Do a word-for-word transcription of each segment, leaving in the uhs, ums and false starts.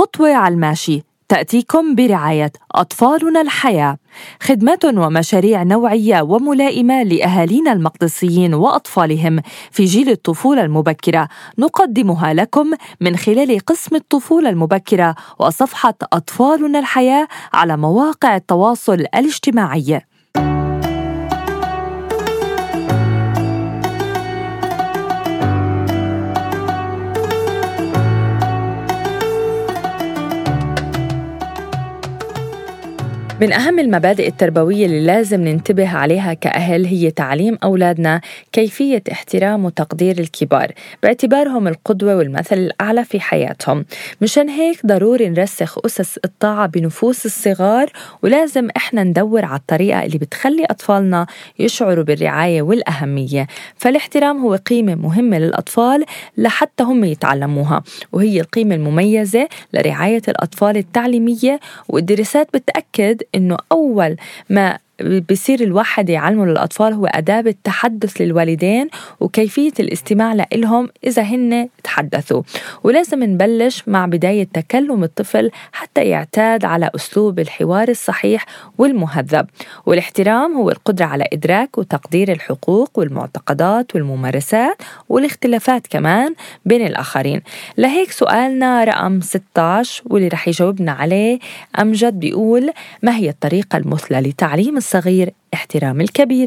خطوة على الماشي تأتيكم برعاية أطفالنا الحياة، خدمات ومشاريع نوعية وملائمة لأهالينا المقدسيين وأطفالهم في جيل الطفولة المبكرة، نقدمها لكم من خلال قسم الطفولة المبكرة وصفحة أطفالنا الحياة على مواقع التواصل الاجتماعي. من أهم المبادئ التربوية اللي لازم ننتبه عليها كأهل هي تعليم أولادنا كيفية احترام وتقدير الكبار باعتبارهم القدوة والمثل الأعلى في حياتهم. مشان هيك ضروري نرسخ أسس الطاعة بنفوس الصغار، ولازم إحنا ندور على الطريقة اللي بتخلي أطفالنا يشعروا بالرعاية والأهمية. فالاحترام هو قيمة مهمة للأطفال لحتى هم يتعلموها، وهي القيمة المميزة لرعاية الأطفال التعليمية. والدراسات بتأكد إنه أول ما بيصير الواحد يعلمه للأطفال هو آداب التحدث للوالدين وكيفية الاستماع لهم إذا هن تحدثوا. ولازم نبلش مع بداية تكلم الطفل حتى يعتاد على أسلوب الحوار الصحيح والمهذب. والاحترام هو القدرة على إدراك وتقدير الحقوق والمعتقدات والممارسات والاختلافات كمان بين الآخرين. لهيك سؤالنا رقم ستة عشر واللي رح يجاوبنا عليه أمجد بيقول: ما هي الطريقة المثلى لتعليم الصغير احترام الكبير؟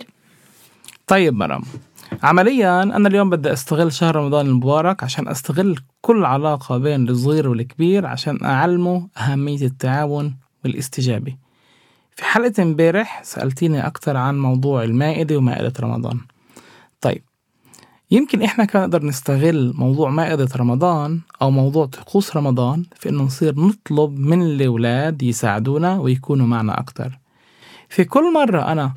طيب مرام، عمليا أنا اليوم بدي أستغل شهر رمضان المبارك عشان أستغل كل علاقة بين الصغير والكبير عشان أعلمه أهمية التعاون والاستجابة. في حلقة امبارح سألتيني أكتر عن موضوع المائدة ومائدة رمضان. طيب، يمكن إحنا كان نقدر نستغل موضوع مائدة رمضان أو موضوع طقوس رمضان في إنه نصير نطلب من الأولاد يساعدونا ويكونوا معنا أكتر. في كل مرة أنا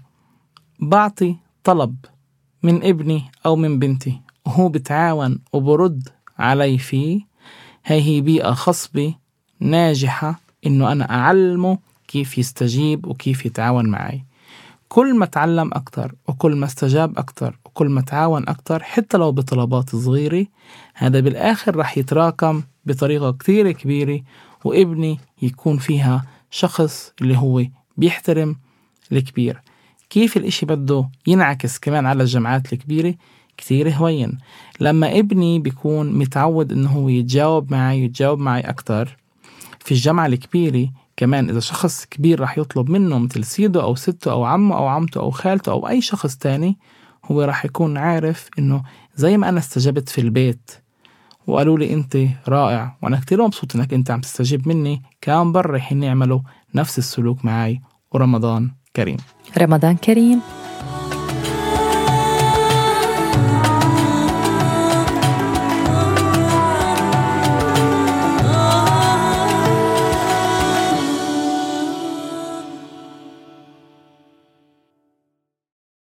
بعطي طلب من ابني أو من بنتي وهو بتعاون وبرد علي فيه، هاي هي بيئة خصبة ناجحة إنه أنا أعلمه كيف يستجيب وكيف يتعاون معي. كل ما تعلم أكتر وكل ما استجاب أكتر وكل ما تعاون أكتر حتى لو بطلبات صغيرة، هذا بالآخر رح يتراكم بطريقة كتير كبيرة، وابني يكون فيها شخص اللي هو بيحترم الكبير. كيف الاشي بده ينعكس كمان على الجمعات الكبيرة كتير هوين. لما ابني بيكون متعود انه هو يتجاوب معي يتجاوب معي اكتر في الجمعة الكبيرة، كمان اذا شخص كبير رح يطلب منه مثل سيده او سته او عمه او عمته او خالته او اي شخص تاني، هو رح يكون عارف انه زي ما انا استجبت في البيت وقالوا لي انت رائع وانا كتير مبسوط انك انت عم تستجيب مني، كان برا رح يعملوا نفس السلوك معي. ورمضان كريم. رمضان كريم.